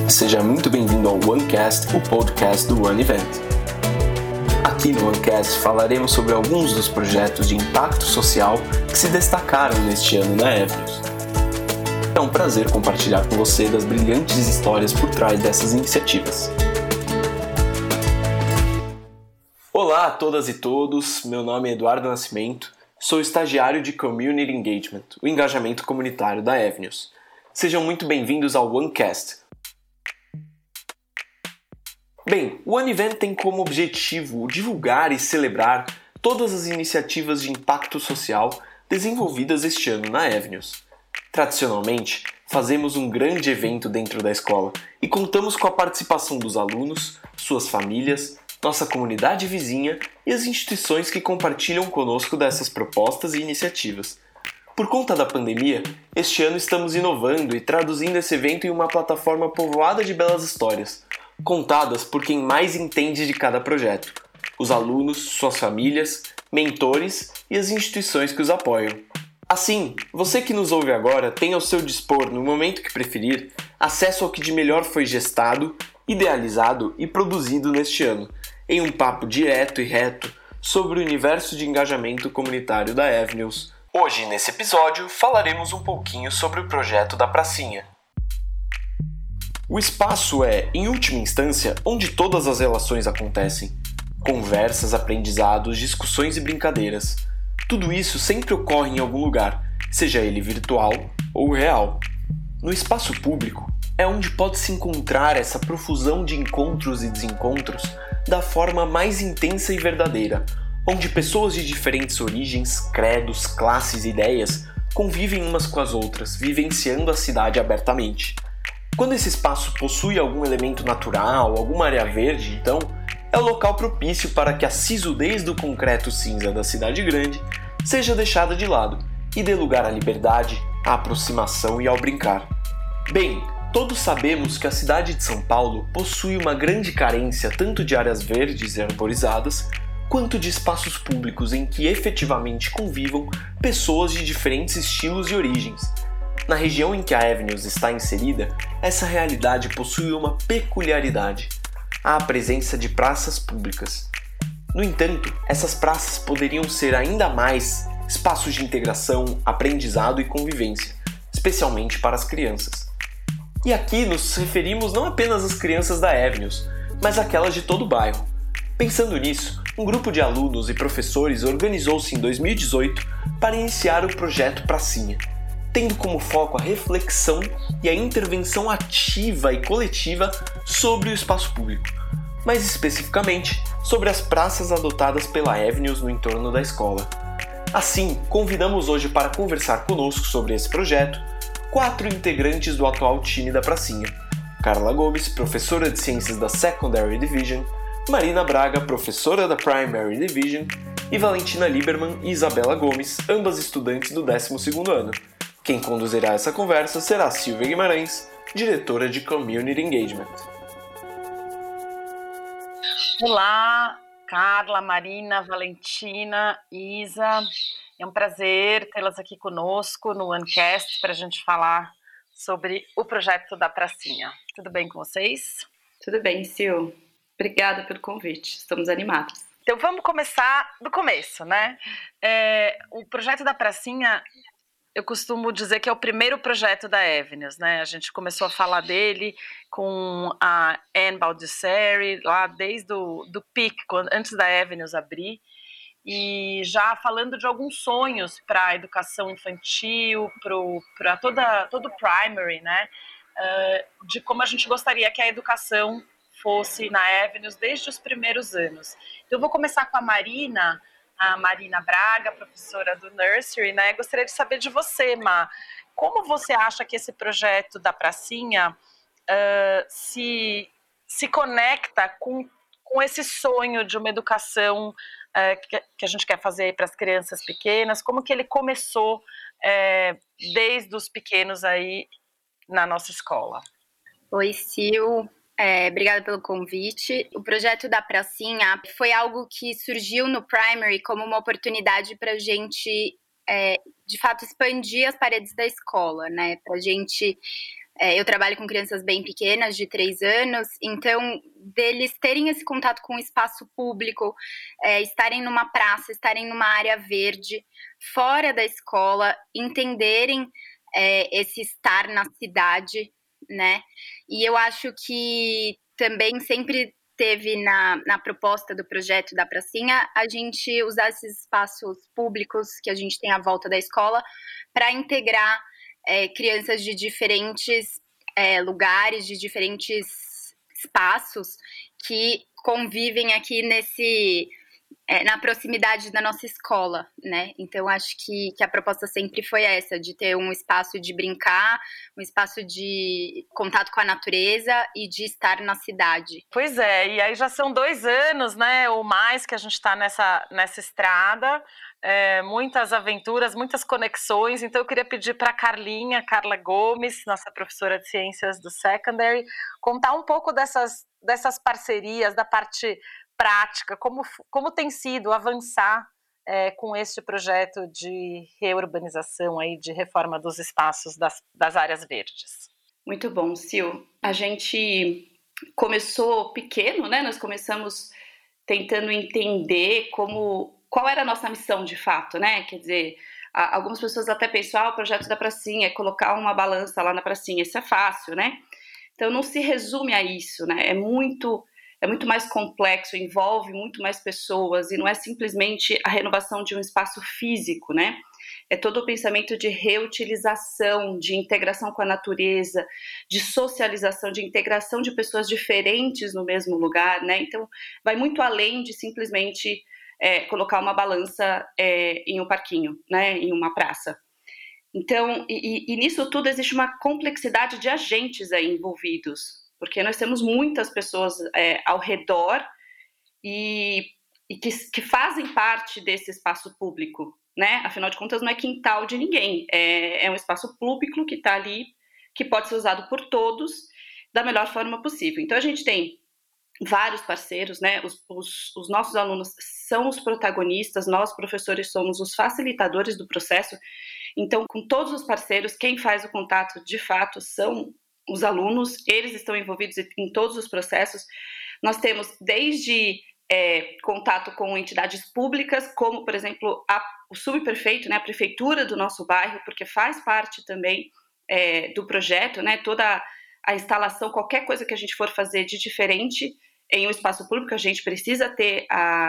Seja muito bem-vindo ao OneCast, o podcast do One Event. Aqui no OneCast falaremos sobre alguns dos projetos de impacto social que se destacaram neste ano na Evnius. É um prazer compartilhar com você das brilhantes histórias por trás dessas iniciativas. Olá a todas e todos, meu nome é Eduardo Nascimento, sou estagiário de Community Engagement, o engajamento comunitário da Evnius. Sejam muito bem-vindos ao OneCast. Bem, o One Event tem como objetivo divulgar e celebrar todas as iniciativas de impacto social desenvolvidas este ano na Evnius. Tradicionalmente, fazemos um grande evento dentro da escola e contamos com a participação dos alunos, suas famílias, nossa comunidade vizinha e as instituições que compartilham conosco dessas propostas e iniciativas. Por conta da pandemia, este ano estamos inovando e traduzindo esse evento em uma plataforma povoada de belas histórias, contadas por quem mais entende de cada projeto, os alunos, suas famílias, mentores e as instituições que os apoiam. Assim, você que nos ouve agora tem ao seu dispor, no momento que preferir, acesso ao que de melhor foi gestado, idealizado e produzido neste ano, em um papo direto e reto sobre o universo de engajamento comunitário da Evnius. Hoje, nesse episódio, falaremos um pouquinho sobre o projeto da Pracinha. O espaço é, em última instância, onde todas as relações acontecem. Conversas, aprendizados, discussões e brincadeiras. Tudo isso sempre ocorre em algum lugar, seja ele virtual ou real. No espaço público é onde pode se encontrar essa profusão de encontros e desencontros da forma mais intensa e verdadeira, onde pessoas de diferentes origens, credos, classes e ideias convivem umas com as outras, vivenciando a cidade abertamente. Quando esse espaço possui algum elemento natural, alguma área verde, então, é o local propício para que a sisudez do concreto cinza da cidade grande seja deixada de lado e dê lugar à liberdade, à aproximação e ao brincar. Bem, todos sabemos que a cidade de São Paulo possui uma grande carência tanto de áreas verdes e arborizadas, quanto de espaços públicos em que efetivamente convivam pessoas de diferentes estilos e origens. Na região em que a Evnius está inserida, essa realidade possui uma peculiaridade: a presença de praças públicas. No entanto, essas praças poderiam ser ainda mais espaços de integração, aprendizado e convivência, especialmente para as crianças. E aqui nos referimos não apenas às crianças da Evnius, mas àquelas de todo o bairro. Pensando nisso, um grupo de alunos e professores organizou-se em 2018 para iniciar o projeto Pracinha, tendo como foco a reflexão e a intervenção ativa e coletiva sobre o espaço público, mais especificamente sobre as praças adotadas pela Evnius no entorno da escola. Assim, convidamos hoje para conversar conosco sobre esse projeto 4 integrantes do atual time da Pracinha: Carla Gomes, professora de Ciências da Secondary Division, Marina Braga, professora da Primary Division, e Valentina Lieberman e Isabela Gomes, ambas estudantes do 12º ano. Quem conduzirá essa conversa será Silvia Guimarães, diretora de Community Engagement. Olá, Carla, Marina, Valentina, Isa. É um prazer tê-las aqui conosco no OneCast para a gente falar sobre o projeto da Pracinha. Tudo bem com vocês? Tudo bem, Sil. Obrigada pelo convite. Estamos animados. Então vamos começar do começo, né? O projeto da Pracinha, eu costumo dizer que é o primeiro projeto da Evnius, né? A gente começou a falar dele com a Anne Baldessari, lá desde o PIC, antes da Evnius abrir, e já falando de alguns sonhos para a educação infantil, para todo o primary, né? De como a gente gostaria que a educação fosse na Evnius desde os primeiros anos. Então eu vou começar com a Marina Braga, professora do Nursery, né? Gostaria de saber de você, Ma, como você acha que esse projeto da Pracinha se conecta com esse sonho de uma educação que a gente quer fazer para as crianças pequenas? Como que ele começou desde os pequenos aí na nossa escola? Oi, Sil. Obrigada pelo convite. O projeto da Pracinha foi algo que surgiu no Primary como uma oportunidade para a gente, de fato, expandir as paredes da escola, né? Para a gente Eu trabalho com crianças bem pequenas, de 3 anos, então deles terem esse contato com o espaço público, estarem numa praça, estarem numa área verde, fora da escola, entenderem esse estar na cidade, né? E eu acho que também sempre teve na proposta do projeto da Pracinha a gente usar esses espaços públicos que a gente tem à volta da escola para integrar crianças de diferentes lugares, de diferentes espaços que convivem aqui na proximidade da nossa escola, né? Então, acho que a proposta sempre foi essa, de ter um espaço de brincar, um espaço de contato com a natureza e de estar na cidade. Pois é, e aí já são 2 anos, né, ou mais, que a gente está nessa estrada, muitas aventuras, muitas conexões. Então eu queria pedir para a Carla Gomes, nossa professora de Ciências do Secondary, contar um pouco dessas parcerias, da parte prática, como tem sido avançar com este projeto de reurbanização, aí, de reforma dos espaços das áreas verdes. Muito bom, Sil. A gente começou pequeno, né? Nós começamos tentando entender qual era a nossa missão de fato, né? Quer dizer, algumas pessoas até pensam, o projeto da pracinha é colocar uma balança lá na pracinha, isso é fácil, né? Então não se resume a isso, né? É muito mais complexo, envolve muito mais pessoas e não é simplesmente a renovação de um espaço físico, né? É todo o pensamento de reutilização, de integração com a natureza, de socialização, de integração de pessoas diferentes no mesmo lugar, né? Então, vai muito além de simplesmente colocar uma balança em um parquinho, né? Em uma praça. Então, e nisso tudo existe uma complexidade de agentes aí envolvidos, porque nós temos muitas pessoas ao redor e que fazem parte desse espaço público, né? Afinal de contas, não é quintal de ninguém, é um espaço público que está ali, que pode ser usado por todos da melhor forma possível. Então, a gente tem vários parceiros, né? Os nossos alunos são os protagonistas, nós, professores, somos os facilitadores do processo. Então, com todos os parceiros, quem faz o contato, de fato, são os alunos, eles estão envolvidos em todos os processos. Nós temos desde contato com entidades públicas, como, por exemplo, o subprefeito, né, a prefeitura do nosso bairro, porque faz parte também do projeto, né, toda a instalação, qualquer coisa que a gente for fazer de diferente em um espaço público, a gente precisa ter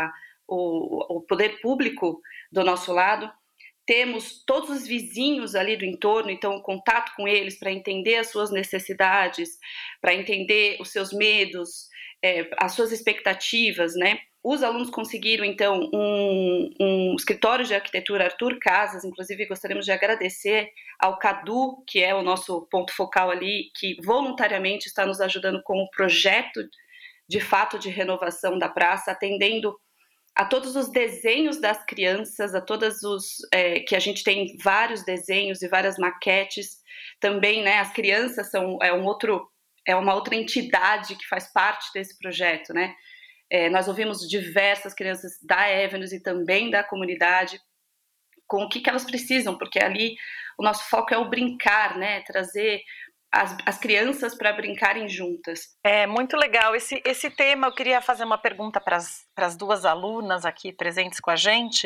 o poder público do nosso lado. Temos todos os vizinhos ali do entorno, então o contato com eles para entender as suas necessidades, para entender os seus medos, as suas expectativas, né? Os alunos conseguiram, então, um escritório de arquitetura Arthur Casas, inclusive gostaríamos de agradecer ao Cadu, que é o nosso ponto focal ali, que voluntariamente está nos ajudando com o projeto, de fato, de renovação da praça, atendendo a todos os desenhos das crianças, a todos que a gente tem vários desenhos e várias maquetes. Também, né, as crianças são uma outra entidade que faz parte desse projeto, né? Nós ouvimos diversas crianças da Avenues e também da comunidade com o que elas precisam, porque ali o nosso foco é o brincar, né? Trazer as crianças para brincarem juntas. É muito legal esse tema. Eu queria fazer uma pergunta para as 2 alunas aqui presentes com a gente.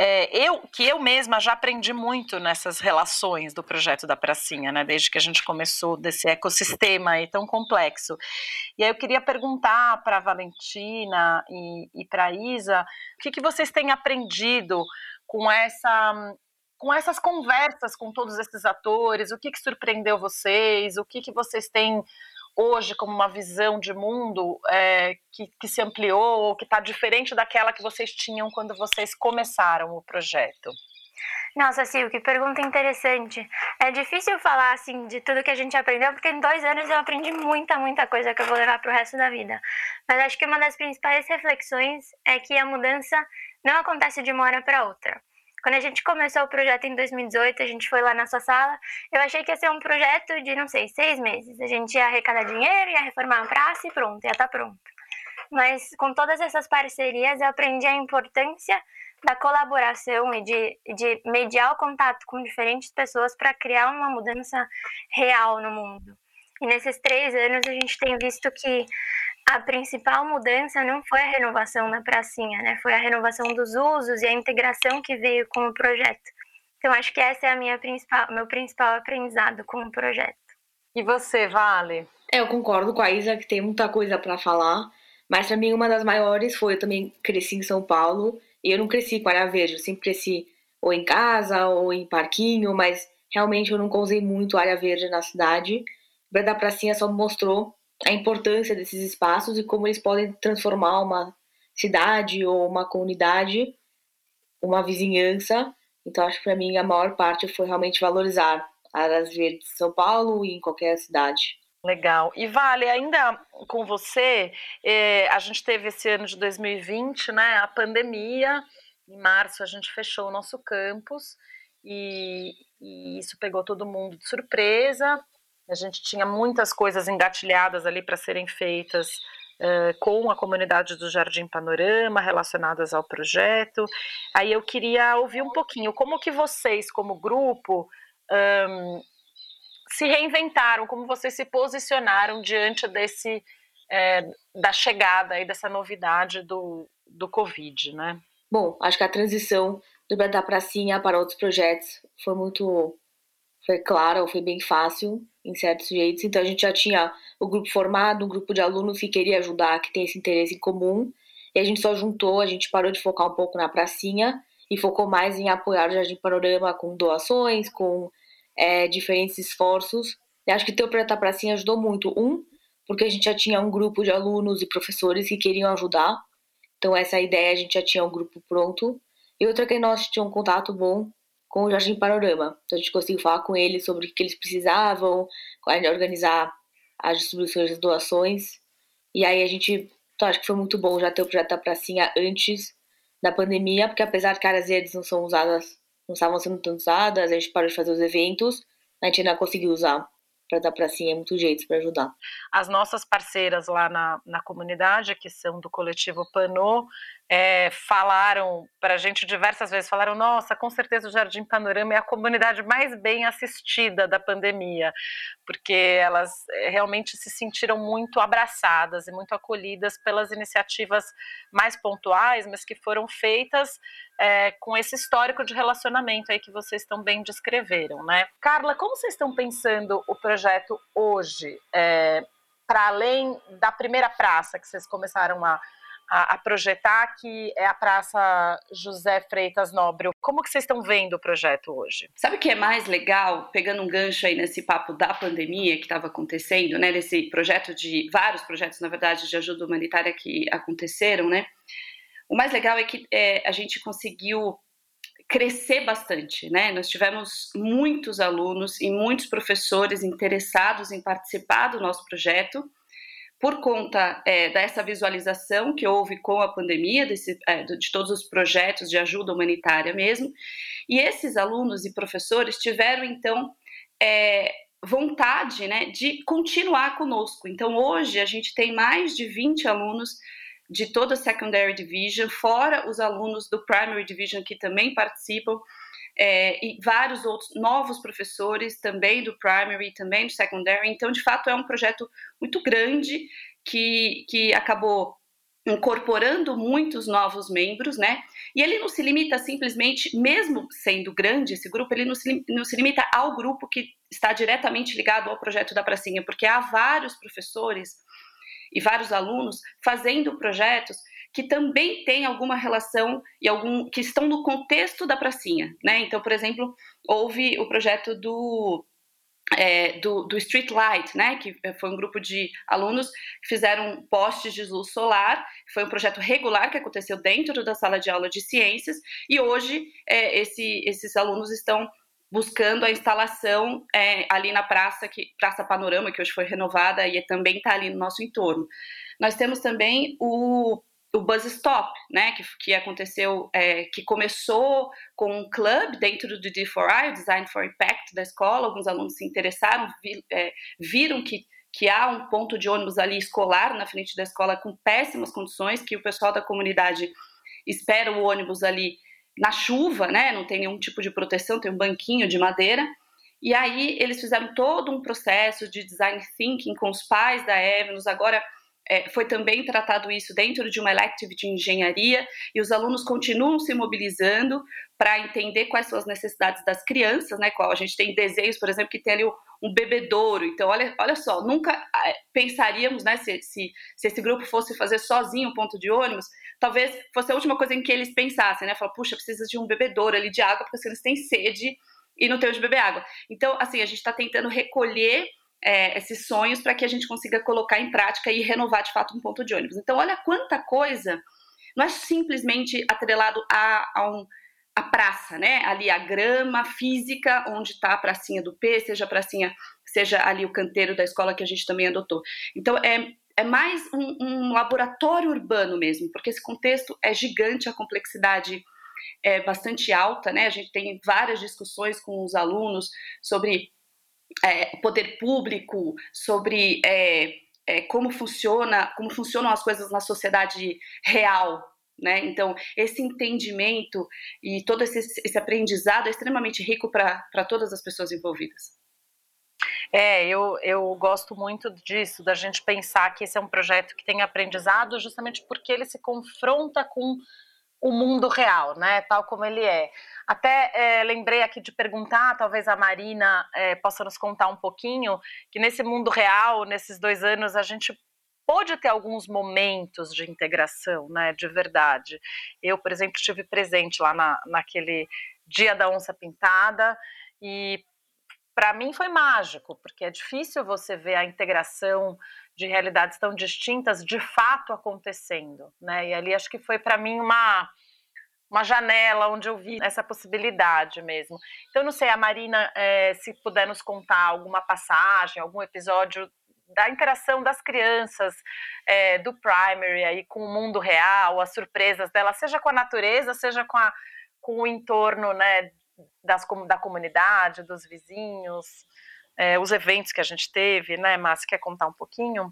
Eu mesma já aprendi muito nessas relações do projeto da Pracinha, né? Desde que a gente começou desse ecossistema aí tão complexo. E aí eu queria perguntar para a Valentina e para a Isa, o que vocês têm aprendido com essas conversas com todos esses atores, o que surpreendeu vocês, o que vocês têm hoje como uma visão de mundo que se ampliou, ou que está diferente daquela que vocês tinham quando vocês começaram o projeto? Nossa, Sil, que pergunta interessante. É difícil falar, assim, de tudo que a gente aprendeu, porque em 2 anos eu aprendi muita coisa que eu vou levar pro resto da vida. Mas acho que uma das principais reflexões é que a mudança não acontece de uma hora para outra. Quando a gente começou o projeto em 2018, a gente foi lá na sua sala, eu achei que ia ser um projeto de, não sei, 6 meses. A gente ia arrecadar dinheiro, ia reformar a praça e pronto, ia estar pronto. Mas com todas essas parcerias, eu aprendi a importância da colaboração e de mediar o contato com diferentes pessoas para criar uma mudança real no mundo. E nesses 3 anos a gente tem visto que a principal mudança não foi a renovação da pracinha, né? Foi a renovação dos usos e a integração que veio com o projeto. Então acho que essa é meu principal aprendizado com o projeto. E você, Vale? Eu concordo com a Isa que tem muita coisa para falar, mas para mim uma das maiores foi, eu também cresci em São Paulo e eu não cresci com área verde, eu sempre cresci ou em casa ou em parquinho, mas realmente eu nunca usei muito área verde na cidade. O Projeto da Pracinha só mostrou a importância desses espaços e como eles podem transformar uma cidade ou uma comunidade, uma vizinhança. Então acho que para mim a maior parte foi realmente valorizar áreas verdes de São Paulo e em qualquer cidade. Legal. E Vale, ainda com você, a gente teve esse ano de 2020, né, a pandemia. Em março a gente fechou o nosso campus e isso pegou todo mundo de surpresa. A gente tinha muitas coisas engatilhadas ali para serem feitas com a comunidade do Jardim Panorama, relacionadas ao projeto. Aí eu queria ouvir um pouquinho como que vocês, como grupo, se reinventaram, como vocês se posicionaram diante da chegada e dessa novidade do Covid, né? Bom, acho que a transição do Projeto da Pracinha para outros projetos foi clara, foi bem fácil em certos jeitos. Então a gente já tinha o grupo formado, um grupo de alunos que queria ajudar, que tem esse interesse em comum, e a gente só juntou, a gente parou de focar um pouco na pracinha e focou mais em apoiar o Jardim Panorama com doações, com diferentes esforços. Eu acho que ter o Projeto da Pracinha ajudou muito. Porque a gente já tinha um grupo de alunos e professores que queriam ajudar. Então essa ideia, a gente já tinha um grupo pronto. E outra que nós tínhamos um contato bom com o Jardim Panorama. Então a gente conseguiu falar com eles sobre o que eles precisavam, organizar as distribuições das doações. E aí então acho que foi muito bom já ter o Projeto da Pracinha antes da pandemia, porque apesar que áreas verdes não estavam sendo tanto usadas, a gente parou de fazer os eventos, a gente ainda conseguiu usar para dar pracinha, muitos jeitos para ajudar. As nossas parceiras lá na comunidade, que são do coletivo Panô, falaram para a gente diversas vezes, falaram, nossa, com certeza o Jardim Panorama é a comunidade mais bem assistida da pandemia, porque elas realmente se sentiram muito abraçadas e muito acolhidas pelas iniciativas mais pontuais, mas que foram feitas com esse histórico de relacionamento aí que vocês também descreveram, né? Carla, como vocês estão pensando o projeto hoje, para além da primeira praça que vocês começaram a projetar, que é a Praça José Freitas Nobre? Como que vocês estão vendo o projeto hoje? Sabe o que é mais legal, pegando um gancho aí nesse papo da pandemia que estava acontecendo, né, nesse projeto vários projetos, na verdade, de ajuda humanitária que aconteceram, né? O mais legal é que a gente conseguiu crescer bastante, né? Nós tivemos muitos alunos e muitos professores interessados em participar do nosso projeto, por conta dessa visualização que houve com a pandemia, de todos os projetos de ajuda humanitária mesmo, e esses alunos e professores tiveram, então, vontade, né, de continuar conosco. Então, hoje, a gente tem mais de 20 alunos de toda a Secondary Division, fora os alunos do Primary Division que também participam, e vários outros novos professores também do Primary e também do Secondary. Então, de fato, é um projeto muito grande que acabou incorporando muitos novos membros, né? E ele não se limita simplesmente, mesmo sendo grande esse grupo, ele não se limita ao grupo que está diretamente ligado ao projeto da Pracinha, porque há vários professores e vários alunos fazendo projetos que também têm alguma relação e que estão no contexto da pracinha, né? Então, por exemplo, houve o projeto do Street Light, né? Que foi um grupo de alunos que fizeram postes de luz solar. Foi um projeto regular que aconteceu dentro da sala de aula de ciências, e hoje esses alunos estão buscando a instalação ali na Praça Panorama, que hoje foi renovada e também está ali no nosso entorno. Nós temos também o Bus Stop, né, que aconteceu, que começou com um clube dentro do D4I, o Design for Impact da escola. Alguns alunos se interessaram, viram que há um ponto de ônibus ali escolar na frente da escola com péssimas condições, que o pessoal da comunidade espera o ônibus ali na chuva, né, não tem nenhum tipo de proteção, tem um banquinho de madeira, E aí eles fizeram todo um processo de design thinking com os pais da Evnos. Agora foi também tratado isso dentro de uma elective de engenharia, e os alunos continuam se mobilizando para entender quais são as necessidades das crianças, né? Qual a gente tem desenhos, por exemplo, que tem ali um bebedouro. Então, olha só, nunca pensaríamos, né, se esse grupo fosse fazer sozinho um ponto de ônibus, talvez fosse a última coisa em que eles pensassem, né? Falar, puxa, precisa de um bebedouro ali de água, porque eles têm sede e não tem onde beber água. Então, assim, a gente está tentando recolher esses sonhos para que a gente consiga colocar em prática e renovar, de fato, um ponto de ônibus. Então, olha quanta coisa não é simplesmente atrelado a praça, né? Ali a grama física, onde está a pracinha do P, seja ali o canteiro da escola que a gente também adotou. Então, é mais um laboratório urbano mesmo, porque esse contexto é gigante, a complexidade é bastante alta, né? A gente tem várias discussões com os alunos sobre poder público, sobre como funcionam as coisas na sociedade real, né? Então, esse entendimento e todo esse aprendizado é extremamente rico para todas as pessoas envolvidas. Eu gosto muito disso, da gente pensar que esse é um projeto que tem aprendizado justamente porque ele se confronta com o mundo real, né, tal como ele é. Até lembrei aqui de perguntar, talvez a Marina possa nos contar um pouquinho, que nesse mundo real, nesses 2 anos, a gente pôde ter alguns momentos de integração, né, de verdade. Eu, por exemplo, estive presente lá naquele Dia da Onça Pintada, e para mim foi mágico, porque é difícil você ver a integração de realidades tão distintas de fato acontecendo, né? E ali acho que foi para mim uma janela onde eu vi essa possibilidade mesmo. Então, não sei, a Marina, se puder nos contar alguma passagem, algum episódio da interação das crianças do primary aí com o mundo real, as surpresas dela, seja com a natureza, seja com o entorno, né, da comunidade, dos vizinhos, os eventos que a gente teve, né, Márcia, quer contar um pouquinho?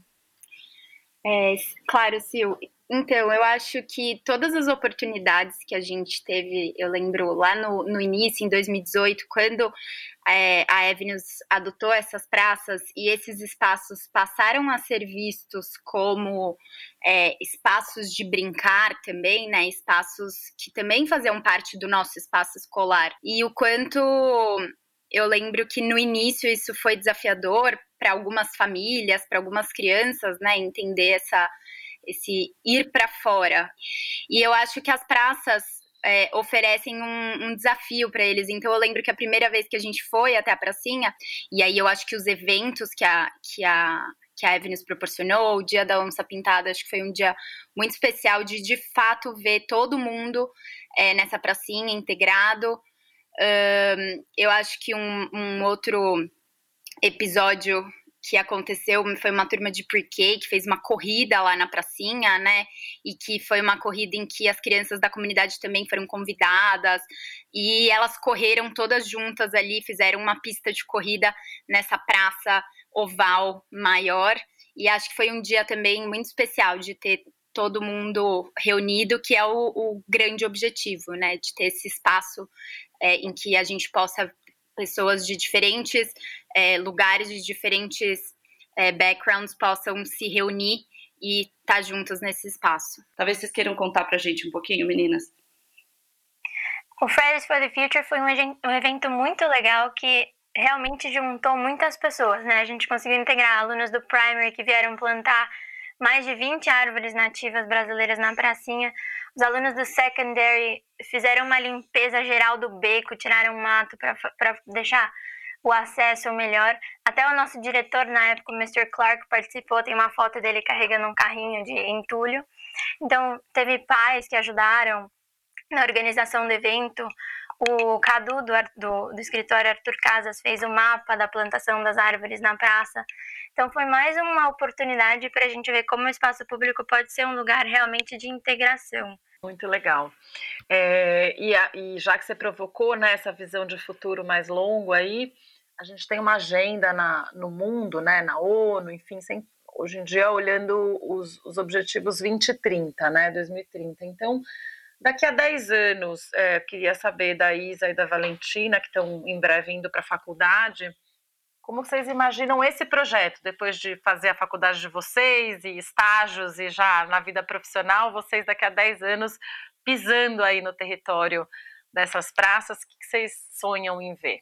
Claro, Sil. Então, eu acho que todas as oportunidades que a gente teve, eu lembro lá no início, em 2018, quando a Evnos adotou essas praças e esses espaços passaram a ser vistos como espaços de brincar também, né? Espaços que também faziam parte do nosso espaço escolar. E o quanto eu lembro que no início isso foi desafiador para algumas famílias, para algumas crianças, né? Entender esse ir para fora. E eu acho que as praças oferecem um desafio para eles. Então eu lembro que a primeira vez que a gente foi até a pracinha, e aí eu acho que os eventos que a Evnos proporcionou, o Dia da Onça Pintada, acho que foi um dia muito especial de fato ver todo mundo nessa pracinha integrado. Eu acho que um outro episódio que aconteceu foi uma turma de pre-K que fez uma corrida lá na pracinha, né? E que foi uma corrida em que as crianças da comunidade também foram convidadas e elas correram todas juntas ali, fizeram uma pista de corrida nessa praça oval maior. E acho que foi um dia também muito especial de ter todo mundo reunido, que é o grande objetivo, né? De ter esse espaço em que a gente possa pessoas de diferentes lugares, de diferentes backgrounds possam se reunir e estar juntas nesse espaço. Talvez vocês queiram contar pra gente um pouquinho, meninas. O Fridays for the Future foi um evento muito legal que realmente juntou muitas pessoas, né? A gente conseguiu integrar alunos do primary que vieram plantar mais de 20 árvores nativas brasileiras na pracinha. Os alunos do secondary fizeram uma limpeza geral do beco, tiraram mato para deixar o acesso melhor. Até o nosso diretor, na época, o Mr. Clark, participou. Tem uma foto dele carregando um carrinho de entulho. Então, teve pais que ajudaram na organização do evento. O Cadu, do escritório Arthur Casas, fez o mapa da plantação das árvores na praça. Então, foi mais uma oportunidade para a gente ver como o espaço público pode ser um lugar realmente de integração. Muito legal. E já que você provocou, né, essa visão de futuro mais longo aí, a gente tem uma agenda no mundo, né, na ONU, enfim, hoje em dia olhando os objetivos 2030, né, 2030. Então, Daqui a 10 anos, queria saber da Isa e da Valentina, que estão em breve indo para a faculdade, como vocês imaginam esse projeto, depois de fazer a faculdade de vocês e estágios e já na vida profissional, vocês daqui a 10 anos pisando aí no território dessas praças, o que vocês sonham em ver?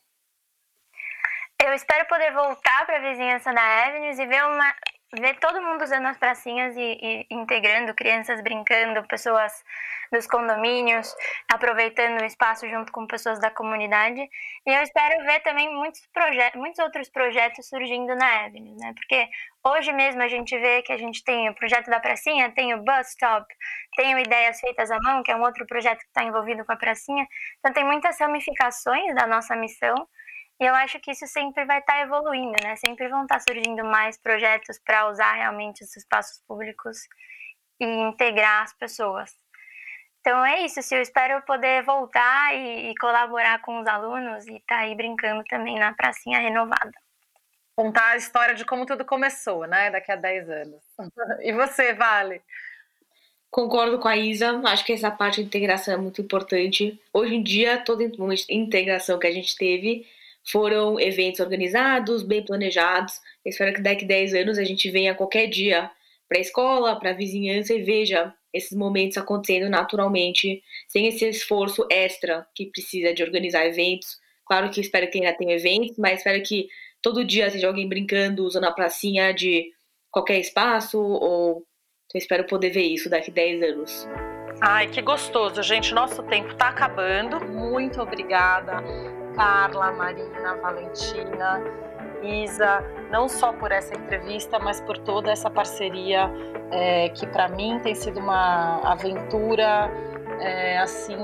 Eu espero poder voltar para a vizinhança da Avenues e ver todo mundo usando as pracinhas e integrando, crianças brincando, pessoas dos condomínios, aproveitando o espaço junto com pessoas da comunidade. E eu espero ver também muitos outros projetos surgindo na Avenues, né? Porque hoje mesmo a gente vê que a gente tem o projeto da pracinha, tem o Bus Stop, tem o Ideias Feitas à Mão, que é um outro projeto que está envolvido com a pracinha. Então tem muitas ramificações da nossa missão. E eu acho que isso sempre vai estar evoluindo, né? Sempre vão estar surgindo mais projetos para usar realmente os espaços públicos e integrar as pessoas. Então é isso, eu espero poder voltar e colaborar com os alunos e estar aí brincando também na pracinha renovada. Contar a história de como tudo começou, né? Daqui a 10 anos. E você, Vale? Concordo com a Isa, acho que essa parte de integração é muito importante. Hoje em dia, toda a integração que a gente teve foram eventos organizados, bem planejados. Eu espero que daqui a 10 anos a gente venha qualquer dia para a escola, para a vizinhança e veja esses momentos acontecendo naturalmente, sem esse esforço extra que precisa de organizar eventos. Claro que eu espero que ainda tenha eventos, mas espero que todo dia seja alguém brincando, usando a pracinha de qualquer espaço. Então eu espero poder ver isso daqui a 10 anos. Ai, que gostoso, gente. Nosso tempo está acabando. Muito obrigada, Carla, Marina, Valentina, Isa, não só por essa entrevista, mas por toda essa parceria que para mim tem sido uma aventura assim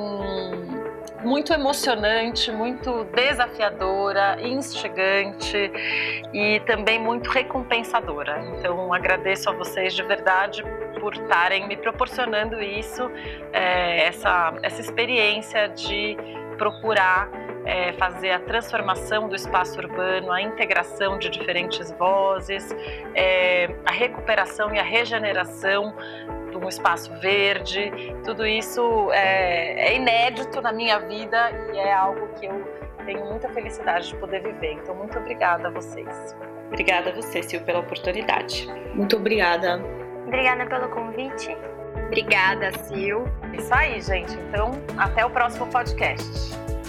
muito emocionante, muito desafiadora, instigante e também muito recompensadora. Então agradeço a vocês de verdade por estarem me proporcionando isso, essa experiência de procurar fazer a transformação do espaço urbano, a integração de diferentes vozes, a recuperação e a regeneração de um espaço verde. Tudo isso é inédito na minha vida e é algo que eu tenho muita felicidade de poder viver. Então, muito obrigada a vocês. Obrigada a você, Sil, pela oportunidade. Muito obrigada. Obrigada pelo convite. Obrigada, Sil. Isso aí, gente. Então, até o próximo podcast.